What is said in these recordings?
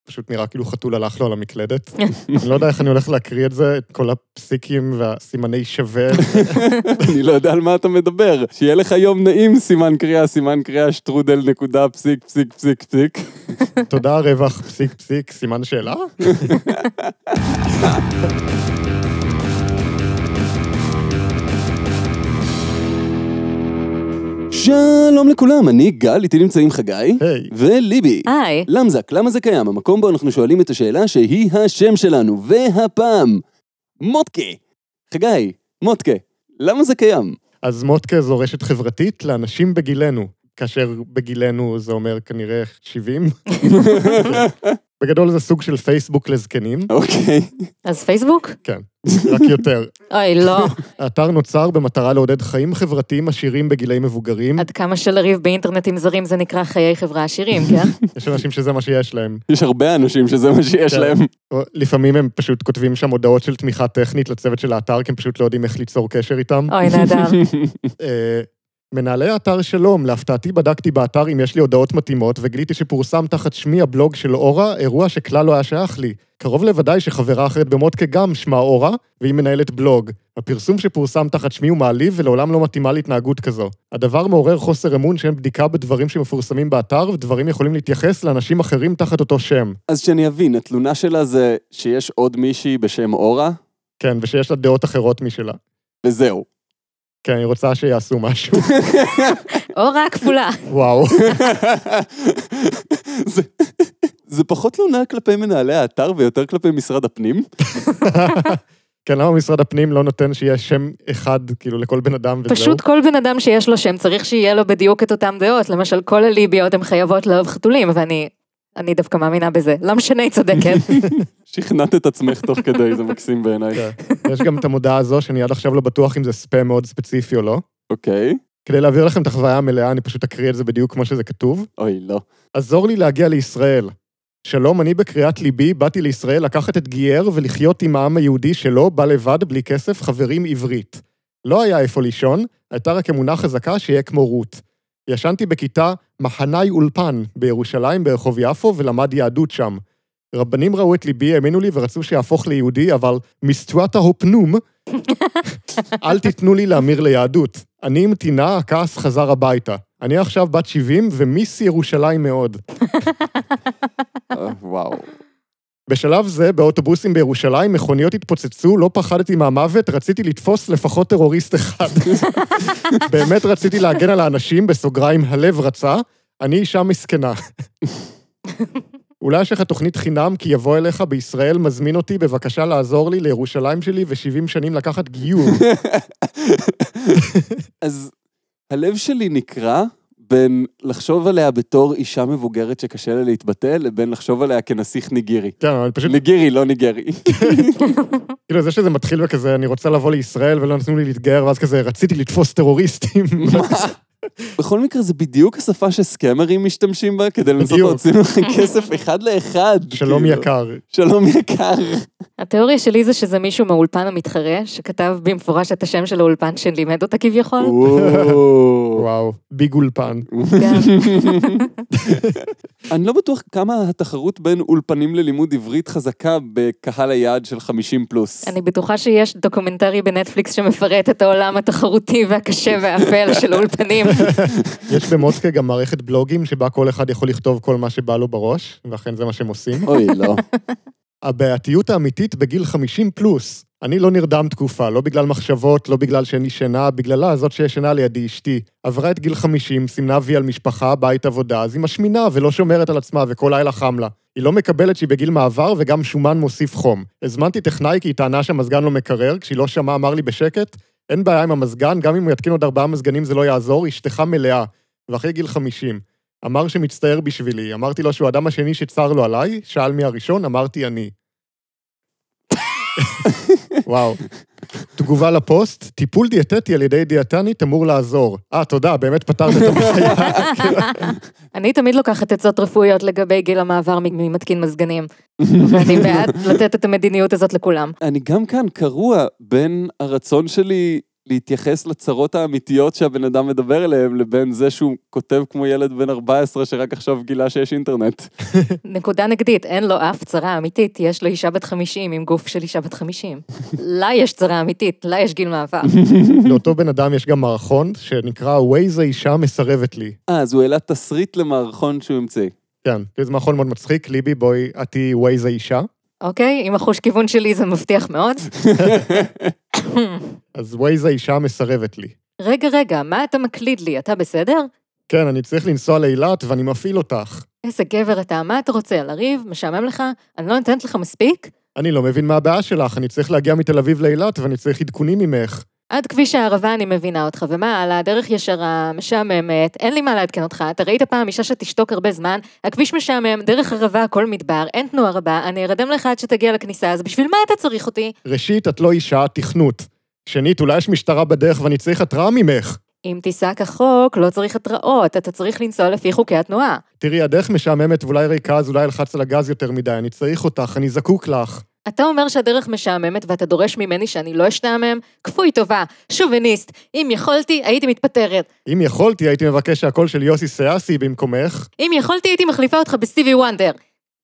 פשוט נראה כאילו חתול הלך לו על המקלדת. אני לא יודע איך אני הולך להקריא את זה, את כל הפסיקים והסימני שווה. אני לא יודע על מה אתה מדבר. שיהיה לך יום נעים, סימן קריאה, שטרודל נקודה, פסיק, פסיק, פסיק, פסיק. תודה, רווח, פסיק, פסיק, סימן שאלה? שלום לכולם, אני גל, איתי נמצאים חגי. היי. וליבי. היי. למזק, למה זה קיים? המקום בו אנחנו שואלים את השאלה שהיא השם שלנו, והפעם, מוטקה. חגי, מוטקה, למה זה קיים? אז מוטקה זו רשת חברתית לאנשים בגילנו, כאשר בגילנו זה אומר כנראה 70. בגדול זה סוג של פייסבוק לזקנים. אוקיי. אז פייסבוק? כן, רק יותר. אוי, לא. האתר נוצר במטרה לעודד חיים חברתיים עשירים בגילי מבוגרים. עד כמה שלריב באינטרנטים זרים זה נקרא חיי חברה עשירים, כן? יש אנשים שזה מה שיש להם. יש הרבה אנשים שזה מה שיש להם. לפעמים הם פשוט כותבים שם הודעות של תמיכה טכנית לצוות של האתר, כי הם פשוט לא יודעים איך ליצור קשר איתם. אוי, נהדר. מנהלי האתר שלום, להפתעתי בדקתי באתר אם יש לי הודעות מתאימות, וגיליתי שפורסם תחת שמי הבלוג של אורה, אירוע שכלל לא היה שייך לי. קרוב לוודאי שחברה אחרת במוטקה גם שמה אורה, והיא מנהלת בלוג. הפרסום שפורסם תחת שמי הוא מעליב, ולעולם לא מתאימה להתנהגות כזו. הדבר מעורר חוסר אמון שאין בדיקה בדברים שמפורסמים באתר, ודברים יכולים להתייחס לאנשים אחרים תחת אותו שם. אז שאני אבין, התלונה שלה זה שיש עוד מישהי בשם אורה? כן, ושיש לה דעות אחרות משלה. וזהו. כן, אני רוצה שיעשו משהו. אורה כפולה. וואו. זה פחות תלונה כלפי מנהלי האתר ויותר כלפי משרד הפנים? כן, למה משרד הפנים לא נותן שיהיה שם אחד, כאילו, לכל בן אדם וזהו? פשוט כל בן אדם שיש לו שם צריך שיהיה לו בדיוק את אותם דעות. למשל, כל הליביות הן חייבות לאהוב חתולים, ואני דווקא מאמינה בזה. לא משנה, צודקת. שכנעת את עצמך תוך כדי, זה מקסים בעיניי. יש גם את המודעה הזו, שאני עד עכשיו לא בטוח אם זה ספאם מאוד ספציפי או לא. אוקיי. כדי להעביר לכם את החוויה המלאה, אני פשוט אקריא את זה בדיוק כמו שזה כתוב. אוי, לא. עזור לי להגיע לישראל. שלום, אני בקריאת ליבי, באתי לישראל לקחת את גייר ולחיות עם העם היהודי שלו, בא לבד, בלי כסף, חברים עברית. לא היה איפה לישון, הייתה רק אמונה חזקה שיהיה כמו רות. ישנתי בכיתה מחנאי אולפן בירושלים ברחוב יפו ולמד יהדות שם. רבנים ראו את ליבי, האמינו לי ורצו שיהפוך ליהודי, אבל מסטואטה הופנום, אל תיתנו לי להמיר ליהדות. אני עם תינה, הכעס חזר הביתה. אני עכשיו בת 70 ומיס ירושלים מאוד. וואו. בשלב זה, באוטובוסים בירושלים, מכוניות התפוצצו, לא פחדתי מהמוות, רציתי לתפוס לפחות טרוריסט אחד. באמת רציתי להגן על האנשים, בסוגריים הלב רצה, אני אישה מסכנה. אולי יש לך תוכנית חינם, כי יבוא אליך בישראל, מזמין אותי, בבקשה לעזור לי לירושלים שלי, ו70 שנים לקחת גיור. אז הלב שלי נקרא בין לחשוב עליה בתור אישה מבוגרת שקשה לה להתבטא, לבין לחשוב עליה כנסיך ניגירי. כן, אבל פשוט... ניגירי, לא ניגרי. כאילו, זה שזה מתחיל וכזה, אני רוצה לבוא לישראל ולא נתנו לי להתגייר, ואז כזה, רציתי לתפוס טרוריסטים. בכל מקרה, זה בדיוק השפה שסקמרים משתמשים בה, כדי לנסות להוציא לכם כסף אחד לאחד. שלום יקר. שלום יקר. התיאוריה שלי זה שזה מישהו מהאולפן המתחרה, שכתב במפורש את השם של האולפן שלימד אותה כביכול. וואו, ביג אולפן. אני לא בטוח כמה התחרות בין אולפנים ללימוד עברית חזקה בקהל היעד של 50 פלוס. אני בטוחה שיש דוקומנטרי בנטפליקס שמפרט את העולם התחרותי והקשה והאפל של האולפנים. יש במוטקה גם מערכת בלוגים שבה כל אחד יכול לכתוב כל מה שבא לו בראש, ואכן זה מה שהם עושים. אוי, לא. הבעייתיות האמיתית בגיל 50 פלוס. אני לא נרדם תקופה, לא בגלל מחשבות, לא בגלל שאין לי שינה, בגללה זאת שישנה לידי אשתי. עברה את גיל 50, סימנה וי על משפחה, בית עבודה, אז היא משמינה ולא שומרת על עצמה וכל לילה חם לה. היא לא מקבלת שהיא בגיל מעבר וגם שומן מוסיף חום. הזמנתי טכנאי כי היא טענה שהמזגן לא מקרר, כשהיא לא שמעה אמר לי בשקט, אין בעיה עם המזגן, גם אם הוא יתקין עוד 4 מזגנים זה לא יעזור, אשתך מלאה. ואחרי גיל 50. אמר שמצטער בשבילי, אמרתי לו שהוא האדם השני שצר לו עליי, שאל מי הראשון, אמרתי אני. וואו. תגובה לפוסט, טיפול דיאטטי על ידי דיאטנית אמור לעזור. תודה, באמת פתרת את הבעיה. אני תמיד לוקחת עצות רפואיות לגבי גיל המעבר ממתקין מזגנים, ואני בעד לתת את המדיניות הזאת לכולם. אני גם כאן קרוע בין הרצון שלי להתייחס לצרות האמיתיות שהבן אדם מדבר אליהם, לבין זה שהוא כותב כמו ילד בן 14 שרק עכשיו גילה שיש אינטרנט. נקודה נגדית, אין לו אף צרה אמיתית, יש לו אישה בת 50 עם גוף של אישה בת 50. לה יש צרה אמיתית, לה יש גיל מעבר. לאותו בן אדם יש גם מערכון שנקרא Waze האישה מסרבת לי. אז הוא העלה תסריט למערכון שהוא המציא. כן, זה מערכון מאוד מצחיק, ליבי בואי, את היא Waze האישה. אוקיי, עם החוש כיוון שלי זה מבטיח מאוד. אז Waze האישה מסרבת לי. רגע, מה אתה מקליד לי? אתה בסדר? כן, אני צריך לנסוע לאילת ואני מפעיל אותך. איזה גבר אתה, מה אתה רוצה? לריב? משעמם לך? אני לא נותנת לך מספיק? אני לא מבין מה הבעיה שלך, אני צריך להגיע מתל אביב לאילת ואני צריך עדכונים ממך. עד כביש הערבה אני מבינה אותך, ומה, על הדרך ישרה, משעממת, אין לי מה לעדכן אותך, אתה ראית פעם אישה שתשתוק הרבה זמן, הכביש משעמם, דרך ערבה, הכל מדבר, אין תנועה רבה, אני ארדם לך עד שתגיע לכניסה, אז בשביל מה אתה צריך אותי? ראשית, את לא אישה, תכנות. שנית, אולי יש משטרה בדרך ואני צריך התראה ממך. אם תיסע כחוק, לא צריך התראות, אתה צריך לנסוע לפי חוקי התנועה. תראי, הדרך משעממת ואולי ריקה, אז אולי אלחץ על הגז יותר מדי, אני צריך אותך, אני זקוק לך. אתה אומר שהדרך משעממת ואתה דורש ממני שאני לא אשתעמם? כפוי טובה, שוביניסט, אם יכולתי, הייתי מתפטרת. אם יכולתי, הייתי מבקש שהקול של יוסי סייסי במקומך. אם יכולתי, הייתי מחליפה אותך בסטיבי וונדר.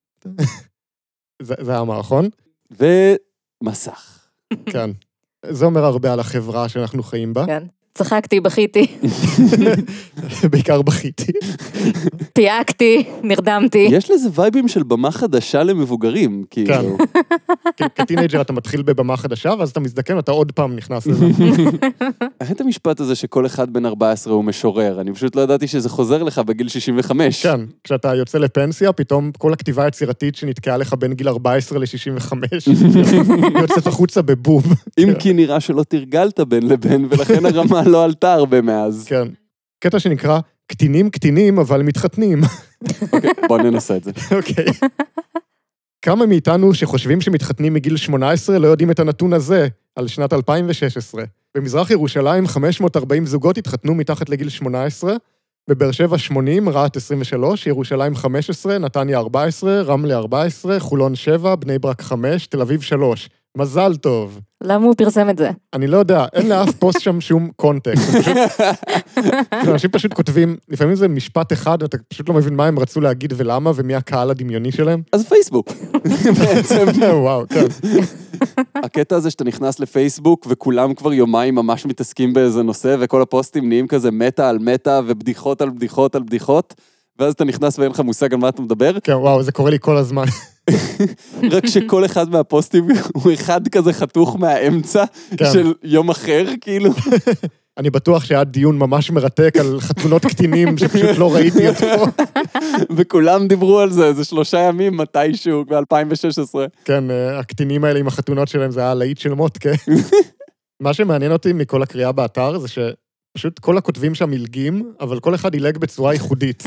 זה המערכון? ומסך. כן. זה אומר הרבה על החברה שאנחנו חיים בה. כן. צחקתי, בכיתי, בעיקר בכיתי. פייקתי, נרדמתי. יש לזה וייבים של במה חדשה למבוגרים, כאילו. כן. כטינג'ר אתה מתחיל בבמה חדשה, ואז אתה מזדקן ואתה עוד פעם נכנס לזה. את המשפט הזה שכל אחד בן 14 הוא משורר, אני פשוט לא ידעתי שזה חוזר לך בגיל 65. כן, כשאתה יוצא לפנסיה, פתאום כל הכתיבה היצירתית שנתקעה לך בין גיל 14 ל-65, יוצאת החוצה בבום. אם כי נראה שלא תרגלת בין לבין, ולכן הרמה לא עלתה הרבה מאז. כן. קטע שנקרא, קטינים, אבל מתחתנים. אוקיי, בוא ננסה את זה. אוקיי. כמה מאיתנו שחושבים שמתחתנים מגיל 18 לא יודעים את הנתון הזה, על שנת 2016. במזרח ירושלים 540 זוגות התחתנו מתחת לגיל 18, בבאר שבע 80, רהט 23, ירושלים 15, נתניה 14, רמלה 14, חולון 7, בני ברק 5, תל אביב 3. מזל טוב. למה הוא פרסם את זה? אני לא יודע, אין לאף פוסט שם שום קונטקסט. אנשים פשוט כותבים, לפעמים זה משפט אחד, ואתה פשוט לא מבין מה הם רצו להגיד ולמה, ומי הקהל הדמיוני שלהם. אז פייסבוק. בעצם. וואו, כן. הקטע הזה שאתה נכנס לפייסבוק, וכולם כבר יומיים ממש מתעסקים באיזה נושא, וכל הפוסטים נהיים כזה מטה על מטה, ובדיחות על בדיחות על בדיחות, ואז אתה נכנס ואין לך מושג על מה אתה מדבר. כן, וואו, זה קורה לי כל הזמן. רק שכל אחד מהפוסטים הוא אחד כזה חתוך מהאמצע של יום אחר, כאילו. אני בטוח שהיה דיון ממש מרתק על חתונות קטינים שפשוט לא ראיתי אותו. וכולם דיברו על זה, איזה 3 ימים מתישהו, ב-2016. כן, הקטינים האלה עם החתונות שלהם, זה היה להיט של מוטקה. מה שמעניין אותי מכל הקריאה באתר, זה שפשוט כל הכותבים שם מלגים, אבל כל אחד ילג בצורה ייחודית.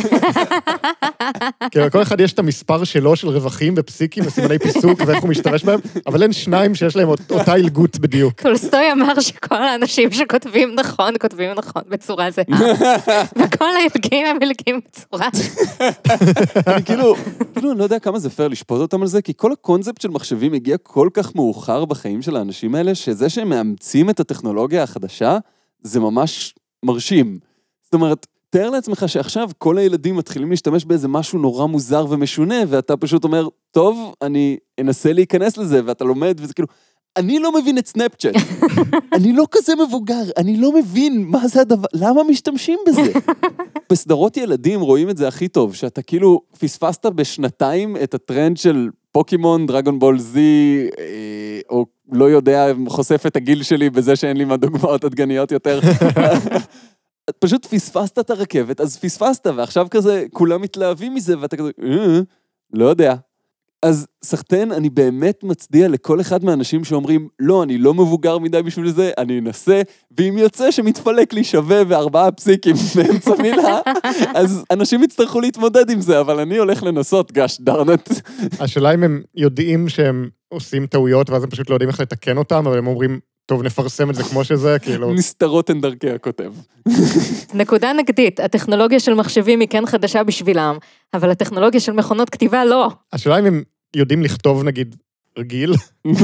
כל אחד יש את המספר שלו של רווחים ופסיקים וסימני פיסוק ואיך הוא משתמש בהם, אבל אין שניים שיש להם אותה ילגות בדיוק. טולסטוי אמר שכל האנשים שכותבים נכון, כותבים נכון בצורה זהה. וכל הילגים הם ילגים בצורה. אני כאילו, אני לא יודע כמה זה פייר לשפוט אותם על זה, כי כל הקונספט של מחשבים הגיע כל כך מאוחר בחיים של האנשים האלה, שזה שהם מאמצים את הטכנולוגיה החדשה, זה ממש מרשים. זאת אומרת, תאר לעצמך שעכשיו כל הילדים מתחילים להשתמש באיזה משהו נורא מוזר ומשונה, ואתה פשוט אומר, טוב, אני אנסה להיכנס לזה, ואתה לומד, וזה כאילו, אני לא מבין את סנאפצ'אט. אני לא כזה מבוגר, אני לא מבין מה זה הדבר, למה משתמשים בזה? בסדרות ילדים רואים את זה הכי טוב, שאתה כאילו פספסת בשנתיים את הטרנד של פוקימון, דרגון בול זי, או לא יודע, חושף את הגיל שלי בזה שאין לי מהדוגמאות עדגניות יותר. פשוט פספסת את הרכבת, אז פספסת, ועכשיו כזה, כולם מתלהבים מזה, ואתה כזה, לא יודע. אז סחטן, אני באמת מצדיע לכל אחד מהאנשים שאומרים, לא, אני לא מבוגר מדי בשביל זה, אני אנסה, ואם יוצא שמתפלק לי שווה ו4 פסיקים באמצע מילה, אז אנשים יצטרכו להתמודד עם זה, אבל אני הולך לנסות, גש דרנט. השאלה אם הם יודעים שהם עושים טעויות, ואז הם פשוט לא יודעים איך לתקן אותם, אבל הם אומרים, טוב, נפרסם את זה כמו שזה, כאילו. נסתרות הן דרכי הכותב. נקודה נגדית, הטכנולוגיה של מחשבים היא כן חדשה בשבילם, אבל הטכנולוגיה של מכונות כתיבה לא. השאלה אם הם יודעים לכתוב, נגיד, רגיל.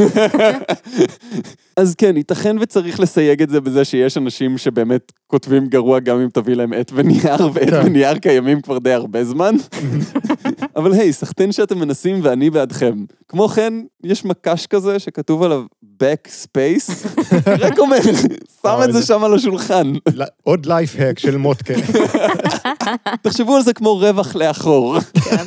אז כן, ייתכן וצריך לסייג את זה בזה שיש אנשים שבאמת כותבים גרוע גם אם תביא להם עת ונייר, ועת ונייר קיימים כבר די הרבה זמן. אבל היי, סחטן שאתם מנסים ואני בעדכם. כמו כן, יש מקש כזה שכתוב עליו backspace, רק אומר, שם את זה שם על השולחן. עוד לייף האק של מוטקה. תחשבו על זה כמו רווח לאחור.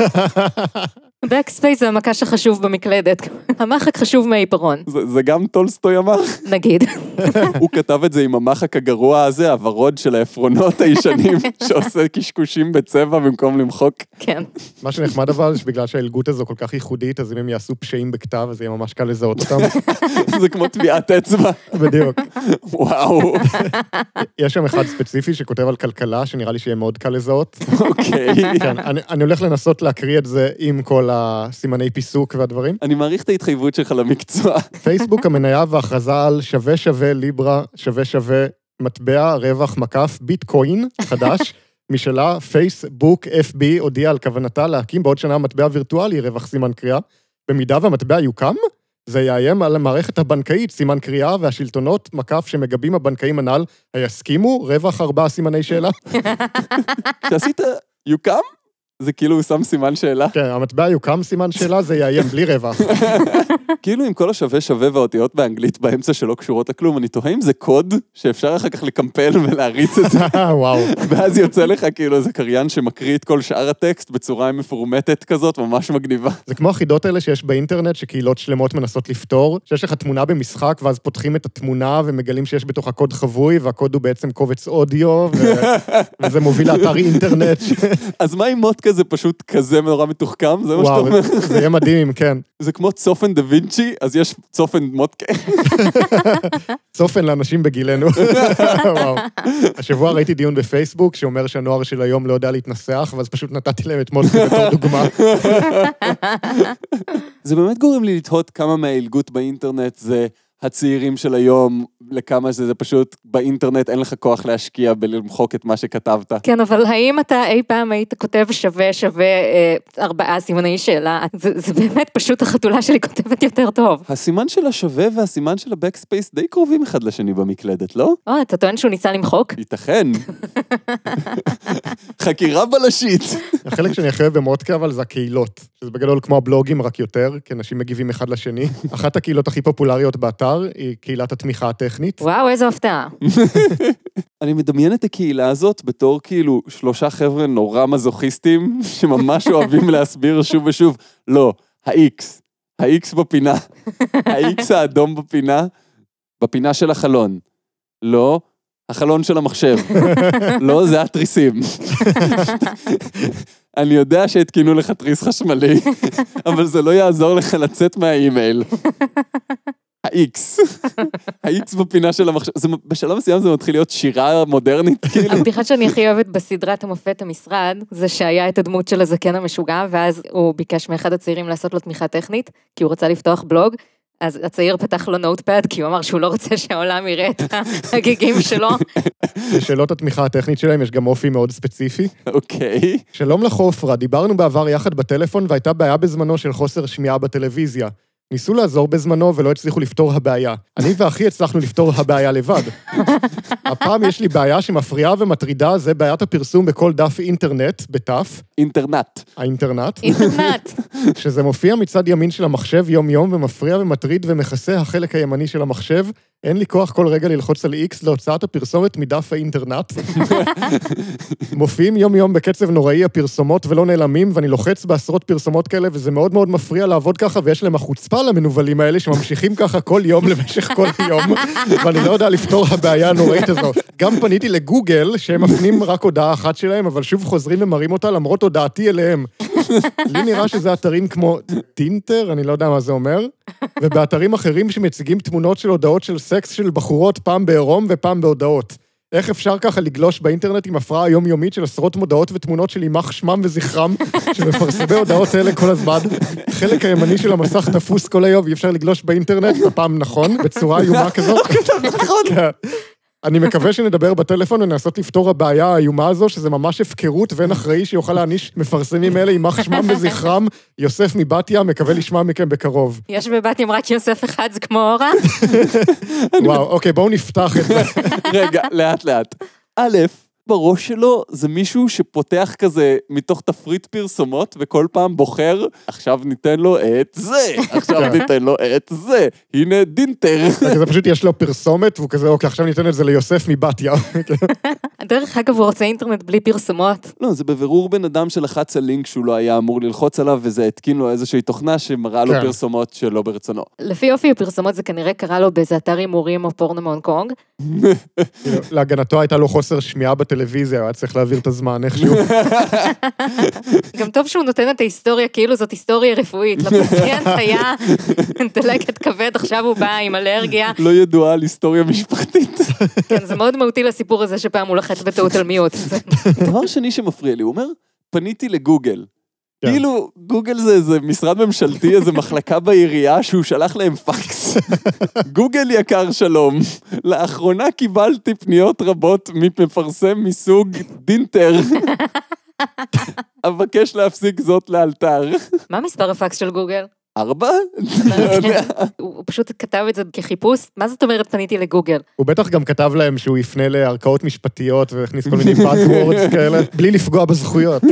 Backspace זה המקש החשוב במקלדת. המחק חשוב מהעיפרון. זה גם טולסטוי אמר? נגיד. הוא כתב את זה עם המחק הגרוע הזה, הוורוד של העפרונות הישנים, שעושה קשקושים בצבע במקום למחוק. כן. מה שנחמד אבל, שבגלל שהאלגות הזו כל כך ייחודית, אז אם הם יעשו פשעים בכתב, אז יהיה ממש קל לזהות אותם. זה כמו טביעת אצבע. בדיוק. וואו. יש שם אחד ספציפי שכותב על כלכלה, שנראה לי שיהיה מאוד קל לזהות. אוקיי. כן, אני הולך לנסות להקריא את זה עם כל הסימני פיסוק והדברים. אני מעריך את ההתחייבות שלך למקצוע. פייסבוק, המניה וההכרזה על שווה שווה ליברה, שווה שווה מטבע, רווח מקף, ביטקוין חדש, משלה, פייסבוק, FB, הודיע על כוונתה להקים בעוד שנה מטבע וירטואלי, רווח סימן קריאה. במידה והמטבע יוקם, זה יאיים על המערכת הבנקאית, סימן קריאה, והשלטונות מקף שמגבים הבנקאים הנ"ל, היסכימו, רווח 4 סימני שאלה. כשעשית יוקם? זה כאילו הוא שם סימן שאלה. כן, המטבע יוקם סימן שאלה, זה יאיים בלי רווח. כאילו עם כל השווה שווה והאותיות באנגלית באמצע שלא קשורות לכלום, אני תוהה אם זה קוד שאפשר אחר כך לקמפל ולהריץ את זה. וואו. ואז יוצא לך כאילו איזה קריין שמקריא את כל שאר הטקסט בצורה מפורמטת כזאת, ממש מגניבה. זה כמו החידות האלה שיש באינטרנט, שקהילות שלמות מנסות לפתור, שיש לך תמונה במשחק, ואז פותחים את התמונה ומגלים שיש בתוך הקוד חבוי, והקוד הוא בעצם קובץ אודיו, וזה מוביל לאתר אינטרנט. אז מה עם מוטקה זה פשוט כזה נורא מתוחכם? זה מה שאתה אומר? זה יהיה מדהים, כן. זה כמו צופן דה וינצ'י, אז יש צופן מוטקה. צופן לאנשים בגילנו. וואו. השבוע ראיתי דיון בפייסבוק, שאומר שהנוער של היום לא יודע להתנסח, ואז פשוט נתתי להם את מוטקה בתור דוגמה. זה באמת גורם לי לתהות כמה מהאילגות באינטרנט זה הצעירים של היום, לכמה שזה פשוט באינטרנט אין לך כוח להשקיע בלמחוק את מה שכתבת. כן, אבל האם אתה אי פעם היית כותב שווה 4 סימני שאלה? זה באמת פשוט החתולה שלי כותבת יותר טוב. הסימן של השווה והסימן של הבקספייס די קרובים אחד לשני במקלדת, לא? אתה טוען שהוא ניסה למחוק? ייתכן. חקירה בלשית. החלק שאני הכי אוהב במוטקה, אבל זה הקהילות. שזה בגדול כמו הבלוגים, רק יותר, כי אנשים מגיבים אחד לשני. אחת הקהילות הכי פופולריות באתר היא קהילת התמיכה הטכנית. וואו, איזו הפתעה. אני מדמיין את הקהילה הזאת בתור כאילו 3 חבר'ה נורא מזוכיסטים, שממש אוהבים להסביר שוב ושוב, לא, ה-X בפינה, ה-X האדום בפינה של החלון. לא, החלון של המחשב. לא, זה התריסים. אני יודע שהתקינו לך תריס חשמלי, אבל זה לא יעזור לך לצאת מהאימייל. ה-X בפינה של המחשב. בשלב מסוים זה מתחיל להיות שירה מודרנית, כאילו. הבדיחה שאני הכי אוהבת בסדרת המופת המשרד, זה שהיה את הדמות של הזקן המשוגע, ואז הוא ביקש מאחד הצעירים לעשות לו תמיכה טכנית, כי הוא רצה לפתוח בלוג, אז הצעיר פתח לו נוטפד, כי הוא אמר שהוא לא רוצה שהעולם יראה את הגיגים שלו. לשאלות התמיכה הטכנית שלהם יש גם אופי מאוד ספציפי. אוקיי. שלום לך עופרה, דיברנו בעבר יחד בטלפון, והייתה בעיה בזמנו של חוסר שמיעה בטלוויזיה. ניסו לעזור בזמנו ולא הצליחו לפתור הבעיה. אני ואחי הצלחנו לפתור הבעיה לבד. הפעם יש לי בעיה שמפריעה ומטרידה, זה בעיית הפרסום בכל דף אינטרנט, בתף. אינטרנט. האינטרנט. אינטרנט. שזה מופיע מצד ימין של המחשב יום-יום ומפריע ומטריד ומכסה החלק הימני של המחשב. אין לי כוח כל רגע ללחוץ על X להוצאת הפרסומת מדף האינטרנט. מופיעים יום-יום בקצב נוראי הפרסומות ולא נעלמים, ואני לוחץ בעשרות פרסומות כאלה, וזה מאוד מאוד מפריע לעבוד ככה, ויש להם החוצפה למנובלים האלה, שממשיכים ככה כל יום למשך כל יום, ואני לא יודע לפתור הבעיה הנוראית הזו. גם פניתי לגוגל, שהם מפנים רק הודעה אחת שלהם, אבל שוב חוזרים ומראים אותה, למרות הודעתי אליהם. לי נראה שזה אתרים כמו טינטר, אני לא יודע מה זה אומר, ובאתרים אחרים שמציגים תמונות של הודעות של סקס של בחורות פעם בעירום ופעם בהודעות. איך אפשר ככה לגלוש באינטרנט עם הפרעה יומיומית של עשרות מודעות ותמונות של יימח שמם וזכרם, שמפרסמי הודעות האלה כל הזמן. חלק הימני של המסך תפוס כל היום, אי אפשר לגלוש באינטרנט, הפעם נכון, בצורה איומה כזאת. נכון. אני מקווה שנדבר בטלפון וננסות לפתור הבעיה האיומה הזו, שזה ממש הפקרות ואין אחראי שיוכל להעניש מפרסמים אלה, יימח שמם וזכרם, יוסף מבתיה, מקווה לשמוע מכם בקרוב. יש בבתים רק יוסף אחד, זה כמו אורה? וואו, אוקיי, בואו נפתח את זה. רגע, לאט לאט. א', בראש שלו זה מישהו שפותח כזה מתוך תפריט פרסומות, וכל פעם בוחר, עכשיו ניתן לו את זה, עכשיו ניתן לו את זה, הנה דינטר. זה פשוט יש לו פרסומת, והוא כזה, אוקיי, עכשיו ניתן את זה ליוסף מבתיה. דרך אגב, הוא רוצה אינטרנט בלי פרסומות. לא, זה בבירור בן אדם שלחץ על לינק שהוא לא היה אמור ללחוץ עליו, וזה התקין לו איזושהי תוכנה שמראה לו פרסומות שלא ברצונו. לפי אופי הפרסומות זה כנראה קרה לו באיזה אתר הימורים או פורנו מהונג קונג. להגנתו הייתה לו חוסר שמיעה בטלוויזיה, היה צריך להעביר את הזמן איכשהו. גם טוב שהוא נותן את ההיסטוריה, כאילו זאת היסטוריה רפואית. לפציינט היה דלקת כבד, עכשיו הוא בא עם אלרגיה. לא ידועה על היסטוריה משפחתית. כן, זה מאוד מהותי לסיפור הזה שפעם הוא לחץ בטעות על מיוט. דבר שני שמפריע לי, הוא אומר, פניתי לגוגל. כאילו, גוגל זה איזה משרד ממשלתי, איזה מחלקה בעירייה שהוא שלח להם פקס. גוגל יקר שלום. לאחרונה קיבלתי פניות רבות מפרסם מסוג דינטר. אבקש להפסיק זאת לאלתר. מה מספר הפקס של גוגל? 4? הוא פשוט כתב את זה כחיפוש. מה זאת אומרת פניתי לגוגל? הוא בטח גם כתב להם שהוא יפנה לערכאות משפטיות והכניס כל מיני buzzwords כאלה, בלי לפגוע בזכויות.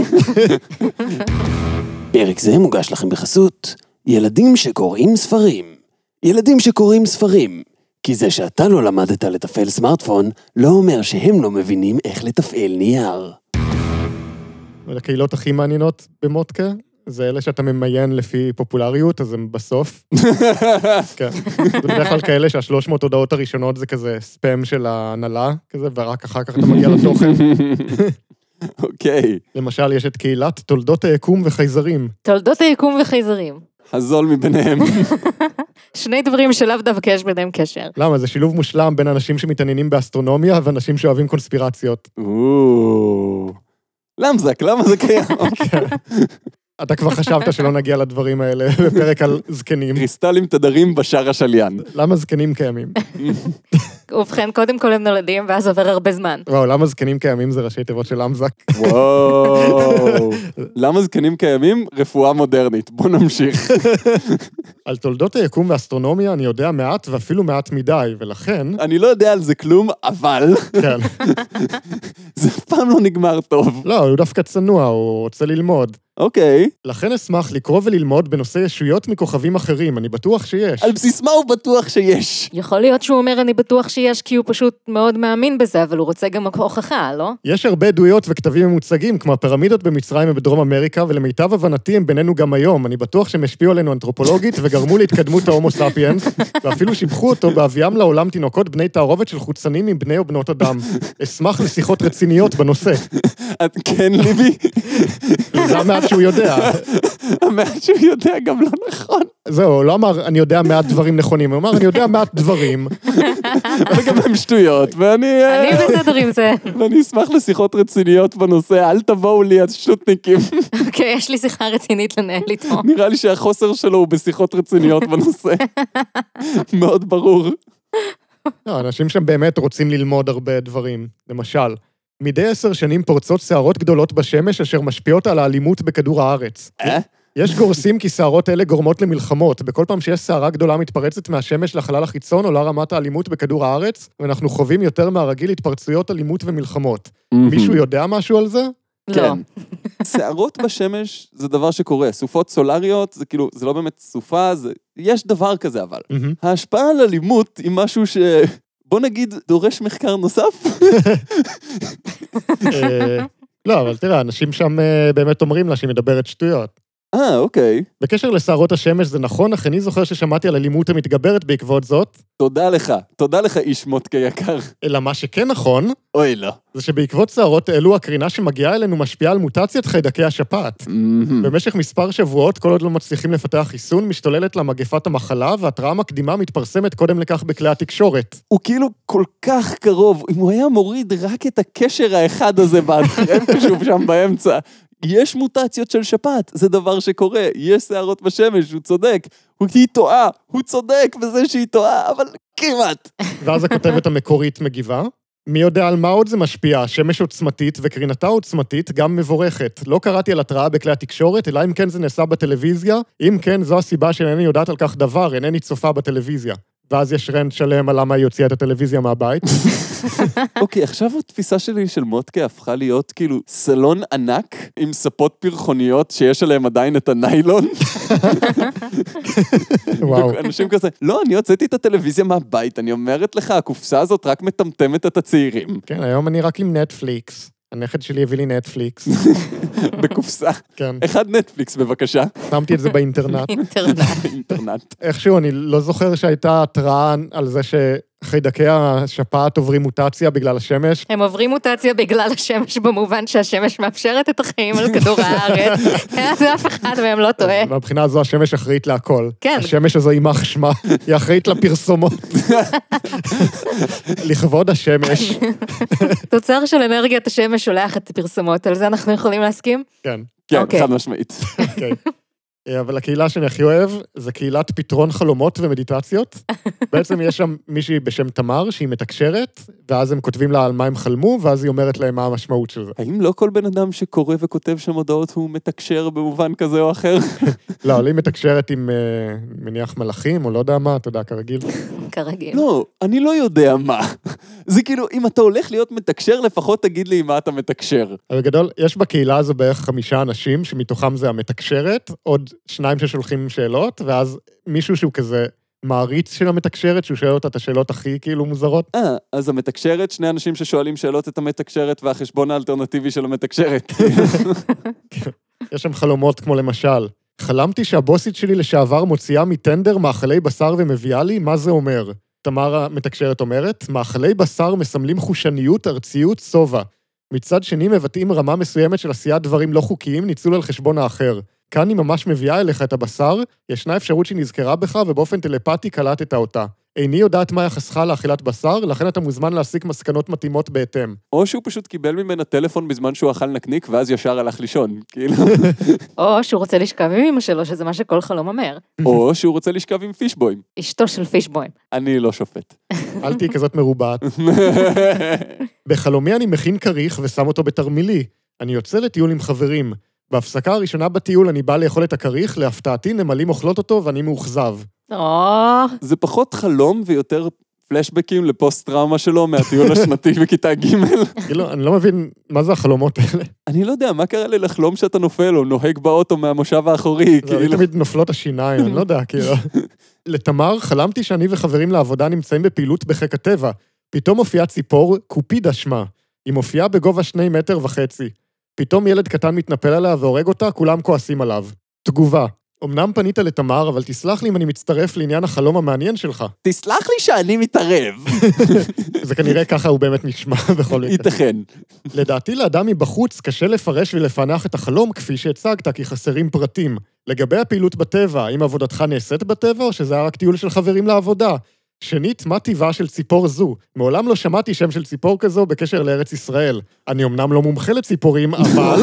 פרק זה מוגש לכם בחסות ילדים שקוראים ספרים. ילדים שקוראים ספרים. כי זה שאתה לא למדת לתפעל סמארטפון, לא אומר שהם לא מבינים איך לתפעל נייר. הקהילות הכי מעניינות במודקה, זה אלה שאתה ממיין לפי פופולריות, אז הם בסוף. כן. זה בדרך כלל כאלה שה300 הודעות הראשונות זה כזה ספאם של ההנהלה, כזה, ורק אחר כך אתה מגיע לתוכן. אוקיי. למשל, יש את קהילת תולדות היקום וחייזרים. תולדות היקום וחייזרים. הזול מביניהם. שני דברים שלאו דווקא יש ביניהם קשר. למה? זה שילוב מושלם בין אנשים שמתעניינים באסטרונומיה ואנשים שאוהבים קונספירציות. למזק, למה זה קיים? אתה כבר חשבת שלא נגיע לדברים האלה בפרק על זקנים. קריסטלים תדרים בשער השליין. למה זקנים קיימים? ובכן, קודם כל הם נולדים, ואז עובר הרבה זמן. וואו, למה זקנים קיימים זה ראשי תיבות של למזק. וואו. למה זקנים קיימים? רפואה מודרנית. בוא נמשיך. על תולדות היקום ואסטרונומיה אני יודע מעט ואפילו מעט מדי, ולכן... אני לא יודע על זה כלום, אבל... כן. זה אף פעם לא נגמר טוב. לא, הוא דווקא צנוע, הוא רוצה ללמוד. אוקיי. לכן אשמח לקרוא וללמוד בנושא ישויות מכוכבים אחרים, אני בטוח שיש. על בסיס מה הוא בטוח שיש? יכול להיות שהוא אומר אני בטוח שיש, כי הוא פשוט מאוד מאמין בזה, אבל הוא רוצה גם הוכחה, לא? יש הרבה עדויות וכתבים ממוצגים, כמו הפירמידות במצרים ובדרום אמריקה, ולמיטב הבנתי הם בינינו גם היום. אני בטוח שהם השפיעו עלינו אנתרופולוגית וגרמו להתקדמות ההומו ספיאנס, ואפילו שיבחו אותו בהביאם לעולם תינוקות בני תערובת של חוצנים עם בני או בנות אדם. אשמח לשיחות רציניות בנושא. כן, ליבי. זה המעט שהוא יודע. המעט שהוא יודע גם לא נכון. זהו, הוא לא אמר, אני יודע מעט דברים נכונים, הוא אמר, אני יודע מעט דברים. וגם הם שטויות, ואני... אני בסדר עם זה. ואני אשמח לשיחות רציניות בנושא, אל תבואו לי השוטניקים. אוקיי, יש לי שיחה רצינית לנהל איתו. נראה לי שהחוסר שלו הוא בשיחות רציניות בנושא. מאוד ברור. לא, אנשים שם באמת רוצים ללמוד הרבה דברים. למשל, מדי 10 שנים פורצות שערות גדולות בשמש אשר משפיעות על האלימות בכדור הארץ. יש גורסים כי שערות אלה גורמות למלחמות. בכל פעם שיש שערה גדולה מתפרצת מהשמש לחלל החיצון, עולה רמת האלימות בכדור הארץ, ואנחנו חווים יותר מהרגיל התפרצויות אלימות ומלחמות. מישהו יודע משהו על זה? לא. שערות בשמש זה דבר שקורה. סופות סולריות זה כאילו, זה לא באמת סופה, יש דבר כזה אבל. ההשפעה על אלימות היא משהו ש... בוא נגיד, דורש מחקר נוסף? לא, אבל תראה, אנשים שם באמת אומרים לה שהיא מדברת שטויות. אוקיי. בקשר לשערות השמש זה נכון, אך אני זוכר ששמעתי על אלימות המתגברת בעקבות זאת. תודה לך איש מודקה יקר. אלא מה שכן נכון, אוי לא. זה שבעקבות שערות אלו הקרינה שמגיעה אלינו משפיעה על מוטציית חיידקי השפעת. במשך מספר שבועות, כל עוד לא מצליחים לפתח חיסון, משתוללת לה מגפת המחלה, והתראה מקדימה מתפרסמת קודם לכך בכלי התקשורת. הוא כאילו כל כך קרוב, אם הוא היה מוריד רק את הקשר האחד הזה איפשהו שם באמצע, יש מוטציות של שפעת, זה דבר שקורה, יש שערות בשמש, הוא צודק, היא טועה, הוא צודק בזה שהיא טועה, אבל כמעט. ואז הכותבת המקורית מגיבה. מי יודע על מה עוד זה משפיע? שמש עוצמתית וקרינתה עוצמתית גם מבורכת. לא קראתי על התראה בכלי התקשורת, אלא אם כן זה נעשה בטלוויזיה. אם כן, זו הסיבה שאינני יודעת על כך דבר, אינני צופה בטלוויזיה. ואז יש רנט שלם על למה היא הוציאה את הטלוויזיה מהבית. אוקיי, עכשיו התפיסה שלי של מודקה הפכה להיות כאילו סלון ענק עם ספות פרחוניות שיש עליהם עדיין את הניילון. וואו. אנשים כזה, לא, אני הוצאתי את הטלוויזיה מהבית, אני אומרת לך, הקופסה הזאת רק מטמטמת את הצעירים. כן, היום אני רק עם נטפליקס. הנכד שלי הביא לי נטפליקס. בקופסה. כן. אחד נטפליקס, בבקשה. שמתי את זה באינטרנט. אינטרנט. איכשהו, אני לא זוכר שהייתה התראה על זה שחיידקי השפעת עוברים מוטציה בגלל השמש. הם מוטציה בגלל השמש, במובן שהשמש מאפשרת את החיים על כדור הארץ. אז אף אחד מהם לא טועה. מהבחינה הזו השמש אחראית להכל. כן. השמש הזו יימח שמה, היא אחראית לפרסומות. לכבוד השמש. תוצר של אנרגיית השמש שולח את הפרסומות, על זה אנחנו יכולים להסכים? כן. כן, אוקיי. חד משמעית. אוקיי. אבל הקהילה שאני הכי אוהב, זה קהילת פתרון חלומות ומדיטציות. בעצם יש שם מישהי בשם תמר, שהיא מתקשרת, ואז הם כותבים לה על מה הם חלמו, ואז היא אומרת להם מה המשמעות של זה. האם לא כל בן אדם שקורא וכותב שם הודעות הוא מתקשר במובן כזה או אחר? לא, אבל היא מתקשרת עם מניח מלאכים, או לא יודע מה, אתה יודע, כרגיל. כרגיל. לא, אני לא יודע מה. זה כאילו, אם אתה הולך להיות מתקשר, לפחות תגיד לי עם מה אתה מתקשר. אבל גדול, יש בקהילה הזו בערך 5 אנשים, שמתוכם זה המתקשרת, עוד 2 ששולחים שאלות, ואז מישהו שהוא כזה מעריץ של המתקשרת, שהוא שואל אותה את השאלות הכי כאילו מוזרות. אז המתקשרת, 2 אנשים ששואלים שאלות את המתקשרת, והחשבון האלטרנטיבי של המתקשרת. יש שם חלומות כמו למשל, חלמתי שהבוסית שלי לשעבר מוציאה מטנדר מאכלי בשר ומביאה לי, מה זה אומר? תמר המתקשרת אומרת, מאכלי בשר מסמלים חושניות, ארציות, סובה. מצד שני מבטאים רמה מסוימת של עשיית דברים לא חוקיים, ניצול על חשבון האחר. כאן היא ממש מביאה אליך את הבשר, ישנה אפשרות שהיא נזכרה בך ובאופן טלפתי קלטת אותה. איני יודעת מה יחסך לאכילת בשר, לכן אתה מוזמן להסיק מסקנות מתאימות בהתאם. או שהוא פשוט קיבל ממנה טלפון בזמן שהוא אכל נקניק, ואז ישר הלך לישון, כאילו. או שהוא רוצה לשכב עם אמא שלו, שזה מה שכל חלום אומר. או שהוא רוצה לשכב עם פישבוים. אשתו של פישבוים. אני לא שופט. אל תהי כזאת מרובעת. בחלומי אני מכין כריך ושם אותו בתרמילי. אני יוצא לטיול עם חברים. בהפסקה הראשונה בטיול אני בא לאכול את הכריך, להפתעתי נמלים אוכלות אותו ואני מאוכזב. זה פחות חלום ויותר פלשבקים לפוסט-טראומה שלו מהטיול השנתי בכיתה ג'. כאילו, אני לא מבין מה זה החלומות האלה. אני לא יודע, מה קרה לי לחלום שאתה נופל או נוהג באוטו מהמושב האחורי? זה לי תמיד נופלות השיניים, אני לא יודע, כאילו. לתמר, חלמתי שאני וחברים לעבודה נמצאים בפעילות בחיק הטבע. פתאום מופיעה ציפור, קופידה שמה. היא מופיעה בגובה 2.5 מטר. פתאום ילד קטן מתנפל עליה והורג אותה, כולם כועסים עליו. תגובה. אמנם פנית לתמר, אבל תסלח לי אם אני מצטרף לעניין החלום המעניין שלך. תסלח לי שאני מתערב. זה כנראה ככה הוא באמת נשמע בכל מקרה. ייתכן. לדעתי לאדם מבחוץ קשה לפרש ולפענח את החלום כפי שהצגת, כי חסרים פרטים. לגבי הפעילות בטבע, האם עבודתך נעשית בטבע או שזה היה רק טיול של חברים לעבודה? שנית, מה טבעה של ציפור זו? מעולם לא שמעתי שם של ציפור כזו בקשר לארץ ישראל. אני אמנם לא מומחה לציפורים, אבל...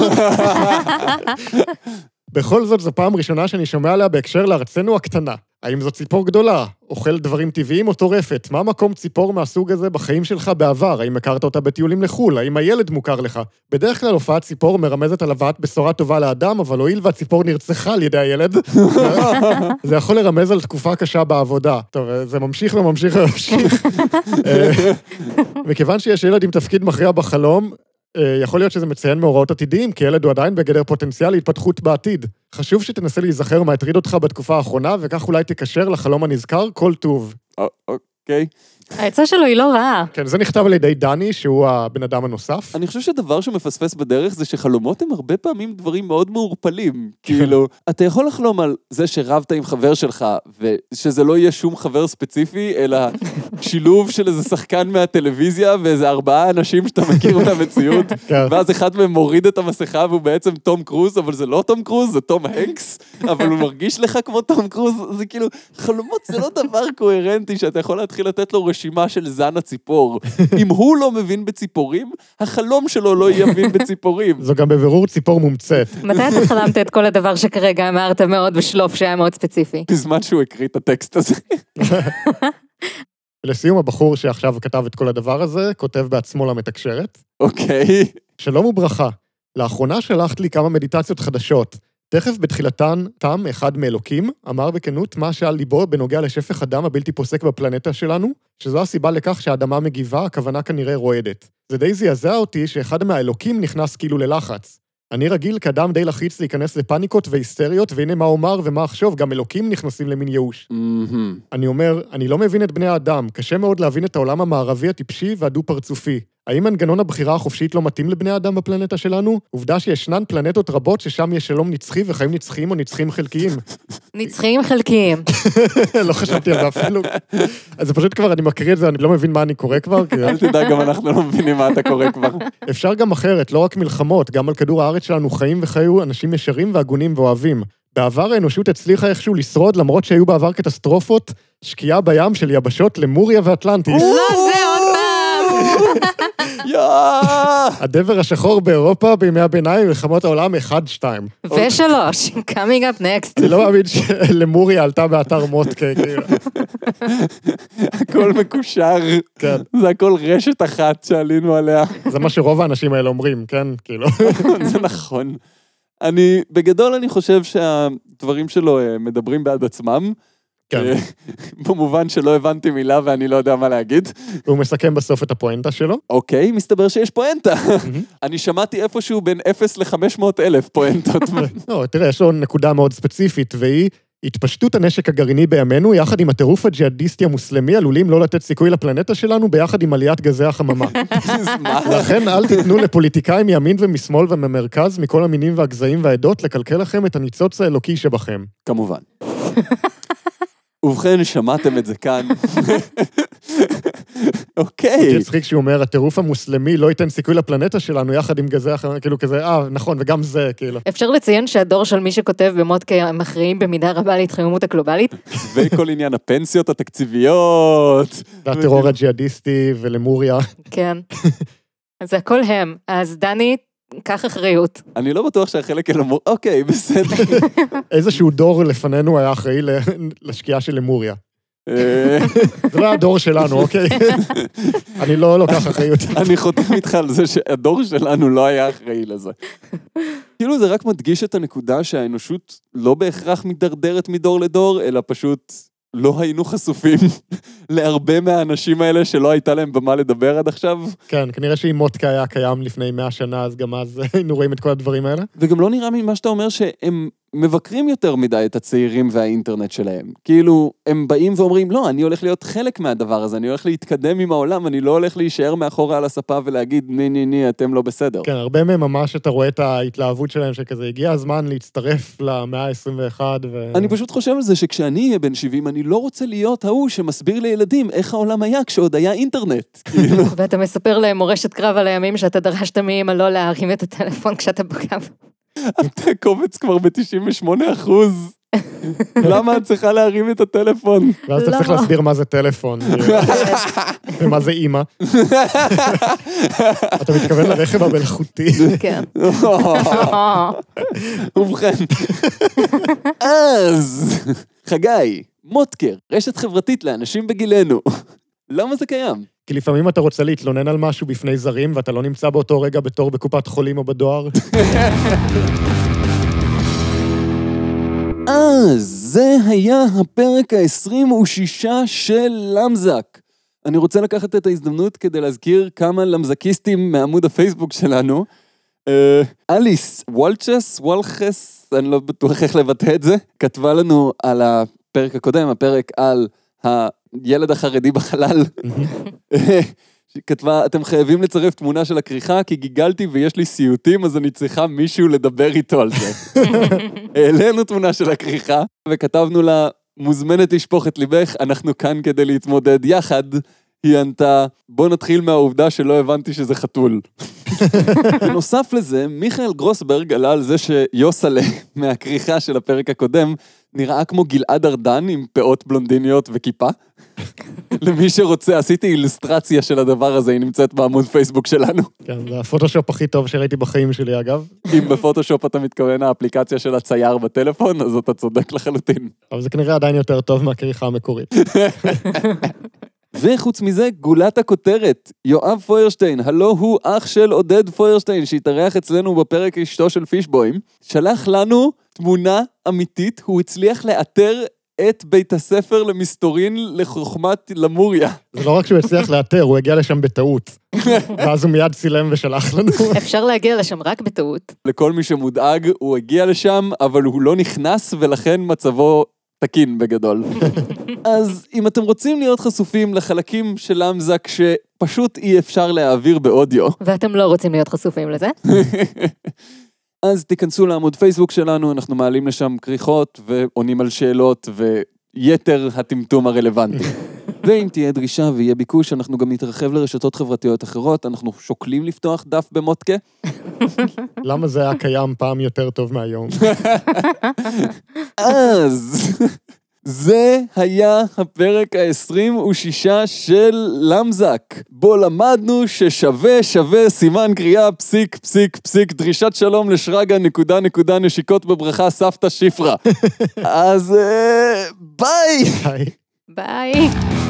בכל זאת, זו פעם ראשונה שאני שומע עליה בהקשר לארצנו הקטנה. האם זו ציפור גדולה? אוכל דברים טבעיים או טורפת? מה מקום ציפור מהסוג הזה בחיים שלך בעבר? האם הכרת אותה בטיולים לחול? האם הילד מוכר לך? בדרך כלל הופעת ציפור מרמזת על הבאת בשורה טובה לאדם, אבל הואיל והציפור נרצחה על ידי הילד, זה יכול לרמז על תקופה קשה בעבודה. טוב, זה ממשיך וממשיך וממשיך. מכיוון שיש ילד עם תפקיד מכריע בחלום, יכול להיות שזה מציין מאורעות עתידיים, כי ילד הוא עדיין בגדר פוטנציאל להתפתחות בעתיד. חשוב שתנסה להיזכר מה הטריד אותך בתקופה האחרונה, וכך אולי תקשר לחלום הנזכר כל טוב. אוקיי. העצה שלו היא לא רעה. כן, זה נכתב על ידי דני, שהוא הבן אדם הנוסף. אני חושב שדבר שמפספס בדרך זה שחלומות הם הרבה פעמים דברים מאוד מעורפלים. כאילו, אתה יכול לחלום על זה שרבת עם חבר שלך, ושזה לא יהיה שום חבר ספציפי, אלא שילוב של איזה שחקן מהטלוויזיה, ואיזה 4 אנשים שאתה מכיר מהמציאות, ואז אחד מהם מוריד את המסכה, והוא בעצם תום קרוז, אבל זה לא תום קרוז, זה תום הנקס, אבל הוא מרגיש לך כמו תום קרוז, זה כאילו, חלומות זה לא דבר קוהרנטי, שאתה יכול להתחיל לתת לו רשימה של זן הציפור. אם הוא לא מבין בציפורים, החלום שלו לא יבין בציפורים. זו גם בבירור ציפור מומצאת. מתי אתה חלמת את כל הדבר שכרגע אמרת מאוד בשלוף שהיה מאוד ספציפי? בזמן שהוא הקריא את הטקסט הזה. ולסיום, הבחור שעכשיו כתב את כל הדבר הזה, כותב בעצמו למתקשרת. אוקיי. שלום וברכה. לאחרונה שלחת לי כמה מדיטציות חדשות. תכף בתחילתן, תם, אחד מאלוקים, אמר בכנות מה שעל ליבו בנוגע לשפך הדם הבלתי פוסק בפלנטה שלנו, שזו הסיבה לכך שהאדמה מגיבה, הכוונה כנראה רועדת. זה די זעזע אותי שאחד מהאלוקים נכנס כאילו ללחץ. אני רגיל כאדם די לחיץ להיכנס לפניקות והיסטריות, והנה מה אומר ומה אחשוב, גם אלוקים נכנסים למין ייאוש. אני אומר, אני לא מבין את בני האדם, קשה מאוד להבין את העולם המערבי הטיפשי והדו-פרצופי. האם מנגנון הבחירה החופשית לא מתאים לבני האדם בפלנטה שלנו? עובדה שישנן פלנטות רבות ששם יש שלום נצחי וחיים נצחיים או נצחיים חלקיים. נצחיים חלקיים. לא חשבתי על זה אפילו. אז זה פשוט כבר, אני מקריא את זה, אני לא מבין מה אני קורא כבר. אל תדע, גם אנחנו לא מבינים מה אתה קורא כבר. אפשר גם אחרת, לא רק מלחמות, גם על כדור הארץ שלנו חיים וחיו אנשים ישרים והגונים ואוהבים. בעבר האנושות הצליחה איכשהו לשרוד, למרות שהיו בעבר קטסטרופות, שקיעה בים של יבשות למוריה ואטלנטיס. לא, זה עוד פעם. הדבר השחור באירופה בימי הביניים, מלחמות העולם 1-2. ו3, coming up next. אני לא מאמין שלמוריה עלתה באתר מוטקה, כאילו. הכל מקושר. כן. זה הכל רשת אחת שעלינו עליה. זה מה שרוב האנשים האלה אומרים, כן? כאילו. זה נכון. בגדול אני חושב שהדברים שלו מדברים בעד עצמם. כן. במובן שלא הבנתי מילה ואני לא יודע מה להגיד. והוא מסכם בסוף את הפואנטה שלו. אוקיי, מסתבר שיש פואנטה. אני שמעתי איפשהו בין 0 ל-500,000 פואנטות. לא, תראה, יש לו נקודה מאוד ספציפית, והיא התפשטות הנשק הגרעיני בימינו, יחד עם הטירוף הג'יהאדיסטי המוסלמי, עלולים לא לתת סיכוי לפלנטה שלנו, ביחד עם עליית גזי החממה. לכן אל תיתנו לפוליטיקאים מימין ומשמאל וממרכז, מכל המינים והגזעים והעדות, לקלקל לכם את הניצוץ האלוקי שבכם. כמובן. ובכן, שמעתם את זה כאן. אוקיי. צחיק שהוא אומר, הטירוף המוסלמי לא ייתן סיכוי לפלנטה שלנו, יחד עם גזי החממה, כאילו כזה, נכון, וגם זה, כאילו. אפשר לציין שהדור של מי שכותב במודקה הם מכריעים במידה רבה להתחממות הגלובלית? וכל עניין הפנסיות התקציביות. והטרור הג'יהאדיסטי ולמוריה. כן. אז זה הכל הם. אז דני, קח אחריות. אני לא בטוח שהחלק אל אמור, אוקיי, בסדר. איזשהו דור לפנינו היה אחראי לשקיעה של למוריה. זה לא הדור שלנו, אוקיי? אני לא לוקח אחריות. אני חותם איתך על זה שהדור שלנו לא היה אחראי לזה. כאילו זה רק מדגיש את הנקודה שהאנושות לא בהכרח מדרדרת מדור לדור, אלא פשוט לא היינו חשופים להרבה מהאנשים האלה שלא הייתה להם במה לדבר עד עכשיו. כן, כנראה שאם מוטקה היה קיים לפני 100 שנה, אז גם אז היינו רואים את כל הדברים האלה. וגם לא נראה ממה שאתה אומר שהם מבקרים יותר מדי את הצעירים והאינטרנט שלהם. כאילו, הם באים ואומרים, לא, אני הולך להיות חלק מהדבר הזה, אני הולך להתקדם עם העולם, אני לא הולך להישאר מאחורה על הספה ולהגיד, ני, אתם לא בסדר. כן, הרבה מהם ממש אתה רואה את ההתלהבות שלהם, שכזה הגיע הזמן להצטרף למאה ה-21 אני פשוט חושב על זה שכשאני אהיה בן 70, אני לא רוצה להיות ההוא שמסביר לילדים איך העולם היה כשעוד היה אינטרנט. ואתה מספר להם מורשת קרב על הימים שאתה דרשת מאמא לא להרים את הטלפון כשאתה בקו. אתה קובץ כבר ב-98%. למה את צריכה להרים את הטלפון? ואז אתה צריך להסביר מה זה טלפון, ומה זה אימא. אתה מתכוון לרכב המלאכותי. כן. ובכן. אז, חגי, מוטקר, רשת חברתית לאנשים בגילנו. למה זה קיים? כי לפעמים אתה רוצה להתלונן על משהו בפני זרים, ואתה לא נמצא באותו רגע בתור בקופת חולים או בדואר. זה היה הפרק ה-26 של למזק. אני רוצה לקחת את ההזדמנות כדי להזכיר כמה למזקיסטים מעמוד הפייסבוק שלנו. אליס וולחס, אני לא בטוח איך לבטא את זה, כתבה לנו על הפרק הקודם, הפרק על הילד החרדי בחלל. כתבה, אתם חייבים לצרף תמונה של הכריכה, כי גיגלתי ויש לי סיוטים, אז אני צריכה מישהו לדבר איתו על זה. העלינו תמונה של הכריכה, וכתבנו לה, מוזמנת לשפוך את ליבך, אנחנו כאן כדי להתמודד יחד. היא ענתה, בוא נתחיל מהעובדה שלא הבנתי שזה חתול. בנוסף לזה, מיכאל גרוסברג עלה על זה שיוסלה מהכריכה של הפרק הקודם, נראה כמו גלעד ארדן עם פאות בלונדיניות וכיפה. למי שרוצה, עשיתי אילוסטרציה של הדבר הזה, היא נמצאת בעמוד פייסבוק שלנו. כן, זה הפוטושופ הכי טוב שראיתי בחיים שלי, אגב. אם בפוטושופ אתה מתכוון האפליקציה של הצייר בטלפון, אז אתה צודק לחלוטין. אבל זה כנראה עדיין יותר טוב מהכריכה המקורית. וחוץ מזה, גולת הכותרת, יואב פוירשטיין, הלא הוא אח של עודד פוירשטיין, שהתארח אצלנו בפרק אשתו של פישבוים, שלח לנו תמונה אמיתית, הוא הצליח לאתר את בית הספר למסתורין לחוכמת למוריה. זה לא רק שהוא הצליח לאתר, הוא הגיע לשם בטעות. ואז הוא מיד צילם ושלח לנו. אפשר להגיע לשם רק בטעות. לכל מי שמודאג, הוא הגיע לשם, אבל הוא לא נכנס, ולכן מצבו תקין בגדול. אז אם אתם רוצים להיות חשופים לחלקים של למזק שפשוט אי אפשר להעביר באודיו, ואתם לא רוצים להיות חשופים לזה? אז תיכנסו לעמוד פייסבוק שלנו, אנחנו מעלים לשם כריכות ועונים על שאלות ויתר הטמטום הרלוונטי. ואם תהיה דרישה ויהיה ביקוש, אנחנו גם נתרחב לרשתות חברתיות אחרות, אנחנו שוקלים לפתוח דף במודקה. למה זה היה קיים פעם יותר טוב מהיום? אז זה היה הפרק ה-26 של למזק, בו למדנו ששווה סימן קריאה פסיק פסיק פסיק דרישת שלום לשרגה ... נשיקות בברכה סבתא שפרה. אז ביי! ביי. ביי.